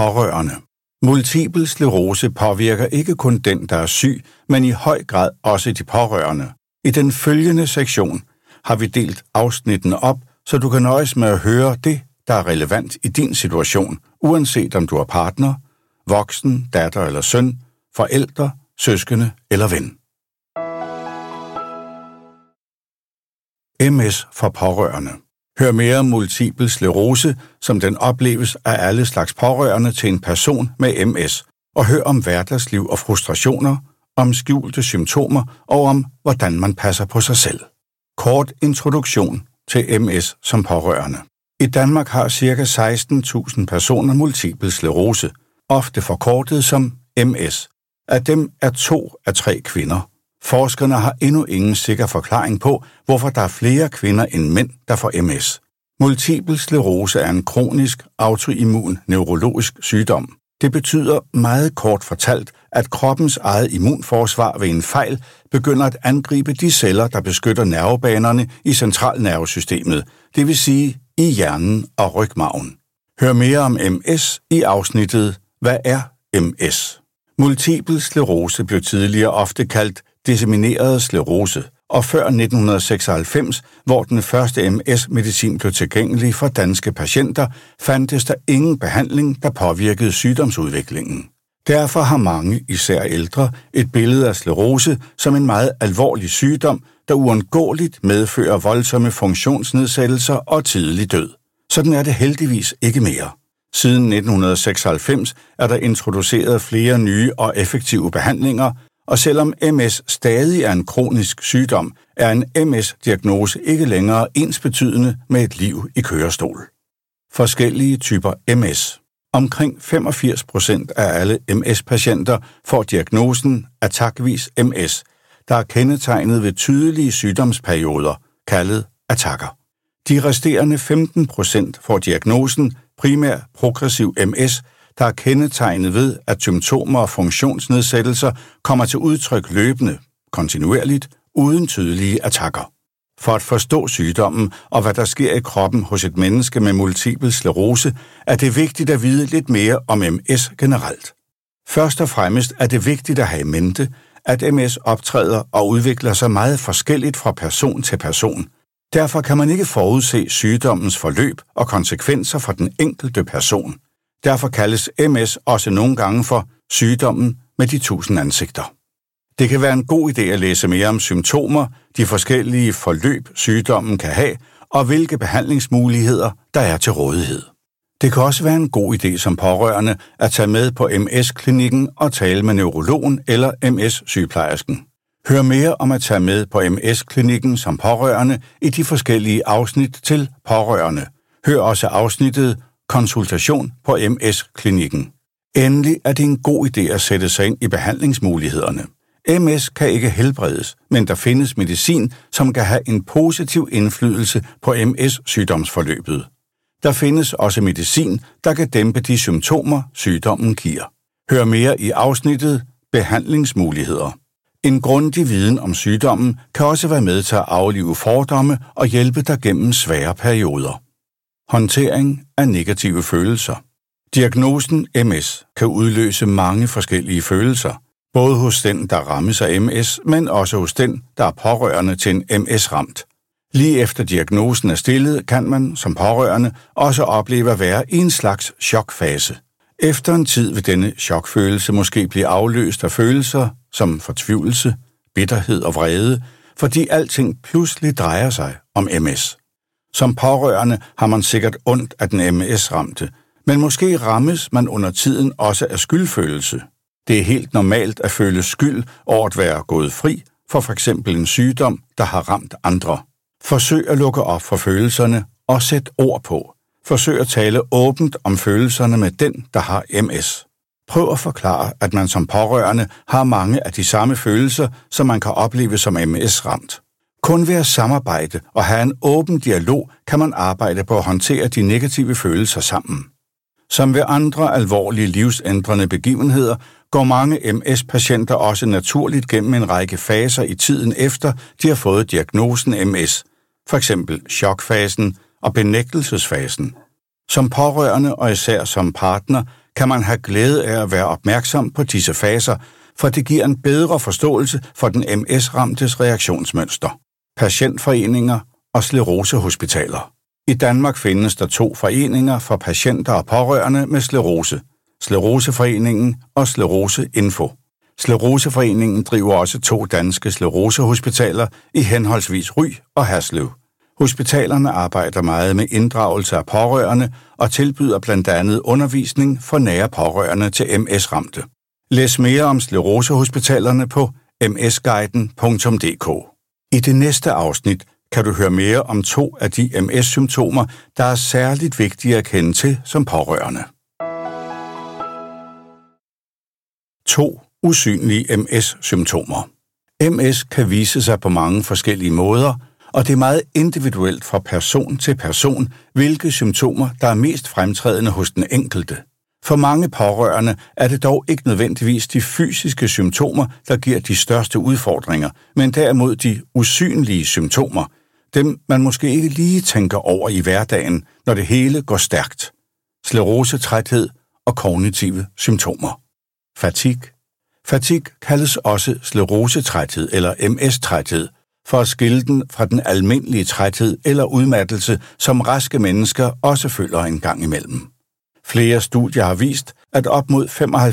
Pårørende. Multipel sklerose påvirker ikke kun den, der er syg, men i høj grad også de pårørende. I den følgende sektion har vi delt afsnittene op, så du kan nøjes med at høre det, der er relevant i din situation, uanset om du er partner, voksen, datter eller søn, forældre, søskende eller ven. MS for pårørende. Hør mere om multipel sklerose, som den opleves af alle slags pårørende til en person med MS, og hør om hverdagsliv og frustrationer, om skjulte symptomer og om, hvordan man passer på sig selv. Kort introduktion til MS som pårørende. I Danmark har ca. 16.000 personer multipel sklerose, ofte forkortet som MS. Af dem er 2 af 3 kvinder. Forskerne har endnu ingen sikker forklaring på, hvorfor der er flere kvinder end mænd, der får MS. Multipel sklerose er en kronisk, autoimmun neurologisk sygdom. Det betyder meget kort fortalt, at kroppens eget immunforsvar ved en fejl begynder at angribe de celler, der beskytter nervebanerne i centralnervesystemet, det vil sige i hjernen og rygmarven. Hør mere om MS i afsnittet Hvad er MS? Multipel sklerose blev tidligere ofte kaldt dissemineret sklerose, og før 1996, hvor den første MS-medicin blev tilgængelig for danske patienter, fandtes der ingen behandling, der påvirkede sygdomsudviklingen. Derfor har mange, især ældre, et billede af sklerose som en meget alvorlig sygdom, der uundgåeligt medfører voldsomme funktionsnedsættelser og tidlig død. Sådan er det heldigvis ikke mere. Siden 1996 er der introduceret flere nye og effektive behandlinger, og selvom MS stadig er en kronisk sygdom, er en MS-diagnose ikke længere ensbetydende med et liv i kørestol. Forskellige typer MS. Omkring 85% af alle MS-patienter får diagnosen attackvis MS, der er kendetegnet ved tydelige sygdomsperioder, kaldet attacker. De resterende 15% får diagnosen primær progressiv MS, der er kendetegnet ved, at symptomer og funktionsnedsættelser kommer til udtryk løbende, kontinuerligt, uden tydelige attacker. For at forstå sygdommen og hvad der sker i kroppen hos et menneske med multipel sklerose, er det vigtigt at vide lidt mere om MS generelt. Først og fremmest er det vigtigt at have i mente, at MS optræder og udvikler sig meget forskelligt fra person til person. Derfor kan man ikke forudse sygdommens forløb og konsekvenser for den enkelte person. Derfor kaldes MS også nogle gange for sygdommen med de 1000 ansigter. Det kan være en god idé at læse mere om symptomer, de forskellige forløb sygdommen kan have, og hvilke behandlingsmuligheder der er til rådighed. Det kan også være en god idé som pårørende at tage med på MS-klinikken og tale med neurologen eller MS-sygeplejersken. Hør mere om at tage med på MS-klinikken som pårørende i de forskellige afsnit til pårørende. Hør også afsnittet Konsultation på MS-klinikken. Endelig er det en god idé at sætte sig ind i behandlingsmulighederne. MS kan ikke helbredes, men der findes medicin, som kan have en positiv indflydelse på MS-sygdomsforløbet. Der findes også medicin, der kan dæmpe de symptomer, sygdommen giver. Hør mere i afsnittet Behandlingsmuligheder. En grundig viden om sygdommen kan også være med til at aflive fordomme og hjælpe dig gennem svære perioder. Håndtering af negative følelser. Diagnosen MS kan udløse mange forskellige følelser, både hos den, der rammes af MS, men også hos den, der er pårørende til en MS-ramt. Lige efter diagnosen er stillet, kan man som pårørende også opleve at være i en slags chokfase. Efter en tid vil denne chokfølelse måske blive afløst af følelser som fortvivlelse, bitterhed og vrede, fordi alting pludselig drejer sig om MS. Som pårørende har man sikkert ondt af den MS-ramte, men måske rammes man under tiden også af skyldfølelse. Det er helt normalt at føle skyld over at være gået fri for f.eks. en sygdom, der har ramt andre. Forsøg at lukke op for følelserne og sæt ord på. Forsøg at tale åbent om følelserne med den, der har MS. Prøv at forklare, at man som pårørende har mange af de samme følelser, som man kan opleve som MS-ramt. Kun ved at samarbejde og have en åben dialog, kan man arbejde på at håndtere de negative følelser sammen. Som ved andre alvorlige livsændrende begivenheder, går mange MS-patienter også naturligt gennem en række faser i tiden efter, de har fået diagnosen MS, f.eks. chokfasen og benægtelsesfasen. Som pårørende og især som partner kan man have glæde af at være opmærksom på disse faser, for det giver en bedre forståelse for den MS-ramtes reaktionsmønster. Patientforeninger og sklerosehospitaler. I Danmark findes der 2 foreninger for patienter og pårørende med sklerose. Skleroseforeningen og Sklerose Info. Skleroseforeningen driver også 2 danske sklerosehospitaler i henholdsvis Ry og Haslev. Hospitalerne arbejder meget med inddragelse af pårørende og tilbyder blandt andet undervisning for nære pårørende til MS-ramte. Læs mere om sklerosehospitalerne på msguiden.dk. I det næste afsnit kan du høre mere om 2 af de MS-symptomer, der er særligt vigtige at kende til som pårørende. 2 usynlige MS-symptomer. MS kan vise sig på mange forskellige måder, og det er meget individuelt fra person til person, hvilke symptomer, der er mest fremtrædende hos den enkelte. For mange pårørende er det dog ikke nødvendigvis de fysiske symptomer, der giver de største udfordringer, men derimod de usynlige symptomer, dem man måske ikke lige tænker over i hverdagen, når det hele går stærkt. Sklerosetræthed og kognitive symptomer. Fatigue. Fatigue kaldes også sklerosetræthed eller MS-træthed, for at skille den fra den almindelige træthed eller udmattelse, som raske mennesker også føler en gang imellem. Flere studier har vist, at op mod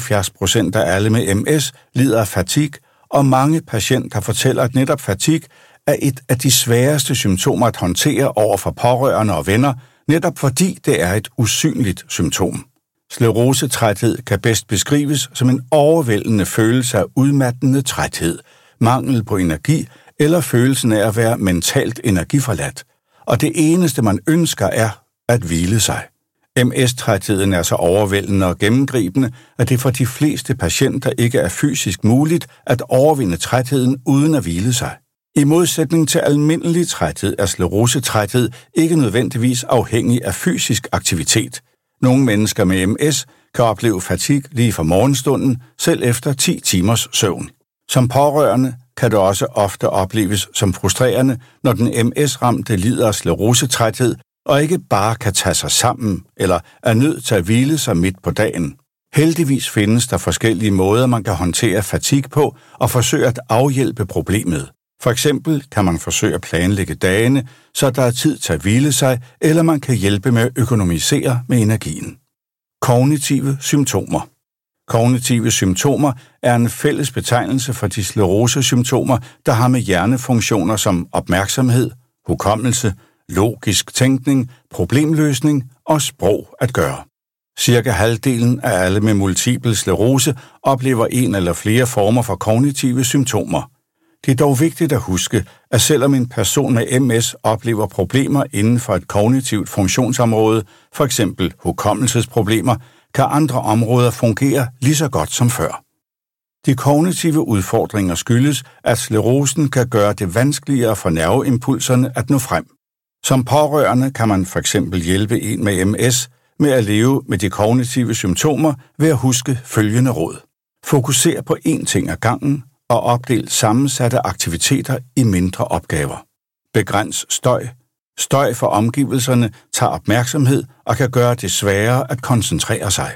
75% af alle med MS lider af fatigue, og mange patienter fortæller, at netop fatigue er et af de sværeste symptomer at håndtere over for pårørende og venner, netop fordi det er et usynligt symptom. Sklerosetræthed kan bedst beskrives som en overvældende følelse af udmattende træthed, mangel på energi eller følelsen af at være mentalt energiforladt, og det eneste man ønsker er at hvile sig. MS-trætheden er så overvældende og gennemgribende, at det for de fleste patienter ikke er fysisk muligt at overvinde trætheden uden at hvile sig. I modsætning til almindelig træthed er sklerosetræthed ikke nødvendigvis afhængig af fysisk aktivitet. Nogle mennesker med MS kan opleve fatigue lige fra morgenstunden, selv efter 10 timers søvn. Som pårørende kan det også ofte opleves som frustrerende, når den MS-ramte lider af sklerosetræthed og ikke bare kan tage sig sammen eller er nødt til at hvile sig midt på dagen. Heldigvis findes der forskellige måder, man kan håndtere fatigue på og forsøge at afhjælpe problemet. For eksempel kan man forsøge at planlægge dagene, så der er tid til at hvile sig, eller man kan hjælpe med at økonomisere med energien. Kognitive symptomer. Kognitive symptomer er en fælles betegnelse for de sklerosesymptomer, der har med hjernefunktioner som opmærksomhed, hukommelse, logisk tænkning, problemløsning og sprog at gøre. Cirka halvdelen af alle med multipel sklerose oplever en eller flere former for kognitive symptomer. Det er dog vigtigt at huske, at selvom en person med MS oplever problemer inden for et kognitivt funktionsområde, f.eks. hukommelsesproblemer, kan andre områder fungere lige så godt som før. De kognitive udfordringer skyldes, at sklerosen kan gøre det vanskeligere for nerveimpulserne at nå frem. Som pårørende kan man f.eks. hjælpe en med MS med at leve med de kognitive symptomer ved at huske følgende råd. Fokuser på én ting ad gangen og opdel sammensatte aktiviteter i mindre opgaver. Begræns støj. Støj for omgivelserne tager opmærksomhed og kan gøre det sværere at koncentrere sig.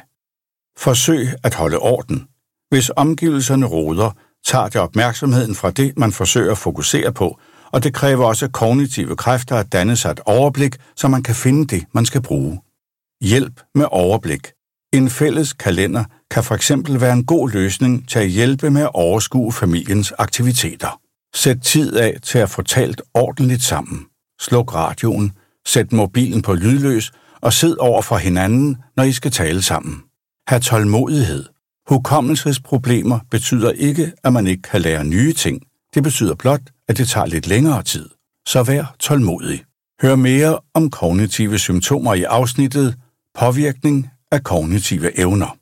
Forsøg at holde orden. Hvis omgivelserne roder, tager det opmærksomheden fra det, man forsøger at fokusere på, og det kræver også kognitive kræfter at danne sig et overblik, så man kan finde det, man skal bruge. Hjælp med overblik. En fælles kalender kan for eksempel være en god løsning til at hjælpe med at overskue familiens aktiviteter. Sæt tid af til at få talt ordentligt sammen. Sluk radioen, sæt mobilen på lydløs og sid over for hinanden, når I skal tale sammen. Ha' tålmodighed. Hukommelsesproblemer betyder ikke, at man ikke kan lære nye ting. Det betyder blot, at det tager lidt længere tid. Så vær tålmodig. Hør mere om kognitive symptomer i afsnittet Påvirkning af kognitive evner.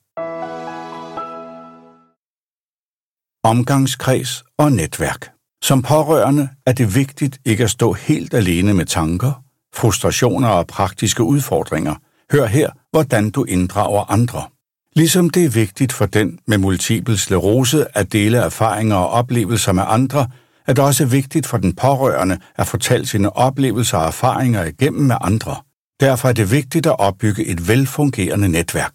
Omgangskreds og netværk. Som pårørende er det vigtigt ikke at stå helt alene med tanker, frustrationer og praktiske udfordringer. Hør her, hvordan du inddrager andre. Ligesom det er vigtigt for den med multipel sklerose at dele erfaringer og oplevelser med andre, er det også vigtigt for den pårørende at fortælle sine oplevelser og erfaringer igennem med andre. Derfor er det vigtigt at opbygge et velfungerende netværk.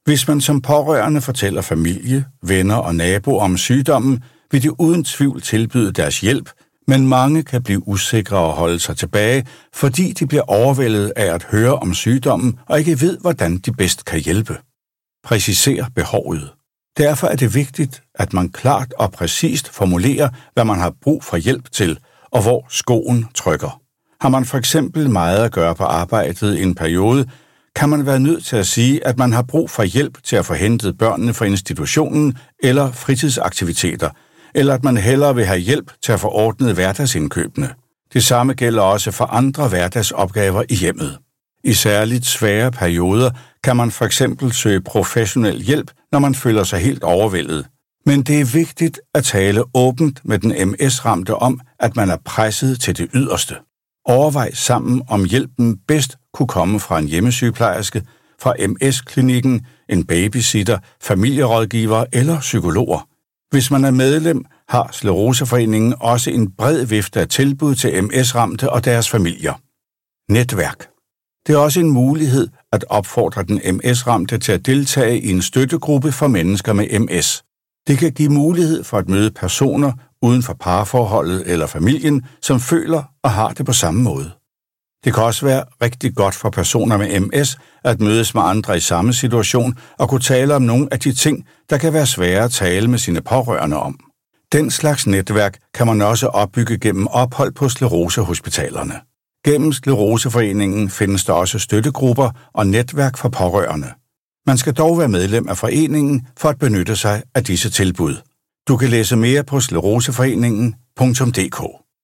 Hvis man som pårørende fortæller familie, venner og naboer om sygdommen, vil de uden tvivl tilbyde deres hjælp, men mange kan blive usikre og holde sig tilbage, fordi de bliver overvældet af at høre om sygdommen og ikke ved, hvordan de bedst kan hjælpe. Præciser behovet. Derfor er det vigtigt, at man klart og præcist formulerer, hvad man har brug for hjælp til, og hvor skoen trykker. Har man for eksempel meget at gøre på arbejdet i en periode, kan man være nødt til at sige, at man har brug for hjælp til at få hentet børnene fra institutionen eller fritidsaktiviteter, eller at man hellere vil have hjælp til at få ordnet hverdagsindkøbene. Det samme gælder også for andre hverdagsopgaver i hjemmet. I særligt svære perioder kan man for eksempel søge professionel hjælp, når man føler sig helt overvældet. Men det er vigtigt at tale åbent med den MS-ramte om, at man er presset til det yderste. Overvej sammen, om hjælpen bedst kunne komme fra en hjemmesygeplejerske, fra MS-klinikken, en babysitter, familierådgiver eller psykologer. Hvis man er medlem, har Scleroseforeningen også en bred vifte af tilbud til MS-ramte og deres familier. Netværk. Det er også en mulighed at opfordre den MS-ramte til at deltage i en støttegruppe for mennesker med MS. Det kan give mulighed for at møde personer uden for parforholdet eller familien, som føler og har det på samme måde. Det kan også være rigtig godt for personer med MS at mødes med andre i samme situation og kunne tale om nogle af de ting, der kan være svære at tale med sine pårørende om. Den slags netværk kan man også opbygge gennem ophold på sklerosehospitalerne. Gennem Scleroseforeningen findes der også støttegrupper og netværk for pårørende. Man skal dog være medlem af foreningen for at benytte sig af disse tilbud. Du kan læse mere på scleroseforeningen.dk.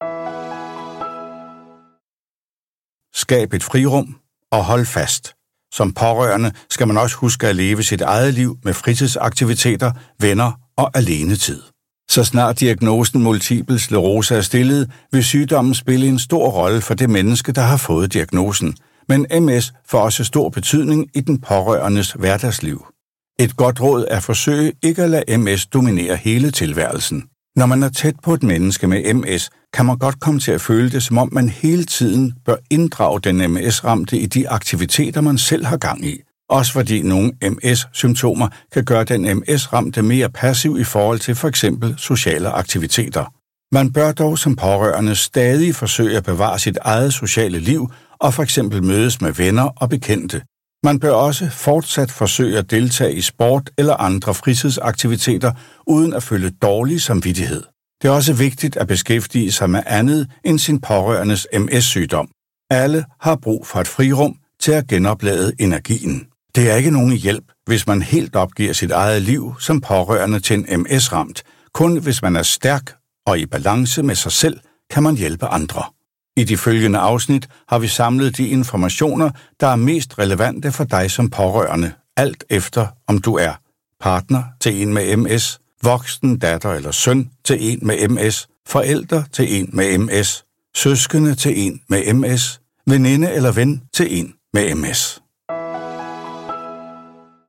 Skab et frirum og hold fast. Som pårørende skal man også huske at leve sit eget liv med fritidsaktiviteter, venner og alenetid. Så snart diagnosen multipel sklerose er stillet, vil sygdommen spille en stor rolle for det menneske, der har fået diagnosen. Men MS får også stor betydning i den pårørendes hverdagsliv. Et godt råd er at forsøge ikke at lade MS dominere hele tilværelsen. Når man er tæt på et menneske med MS, kan man godt komme til at føle det, som om man hele tiden bør inddrage den MS-ramte i de aktiviteter, man selv har gang i. Også fordi nogle MS-symptomer kan gøre den MS-ramte mere passiv i forhold til f.eks. sociale aktiviteter. Man bør dog som pårørende stadig forsøge at bevare sit eget sociale liv og f.eks. mødes med venner og bekendte. Man bør også fortsat forsøge at deltage i sport eller andre fritidsaktiviteter uden at føle dårlig samvittighed. Det er også vigtigt at beskæftige sig med andet end sin pårørendes MS-sygdom. Alle har brug for et frirum til at genoplade energien. Det er ikke nogen hjælp, hvis man helt opgiver sit eget liv som pårørende til en MS-ramt. Kun hvis man er stærk og i balance med sig selv, kan man hjælpe andre. I de følgende afsnit har vi samlet de informationer, der er mest relevante for dig som pårørende, alt efter om du er partner til en med MS, voksen datter eller søn til en med MS, forældre til en med MS, søskende til en med MS, veninde eller ven til en med MS.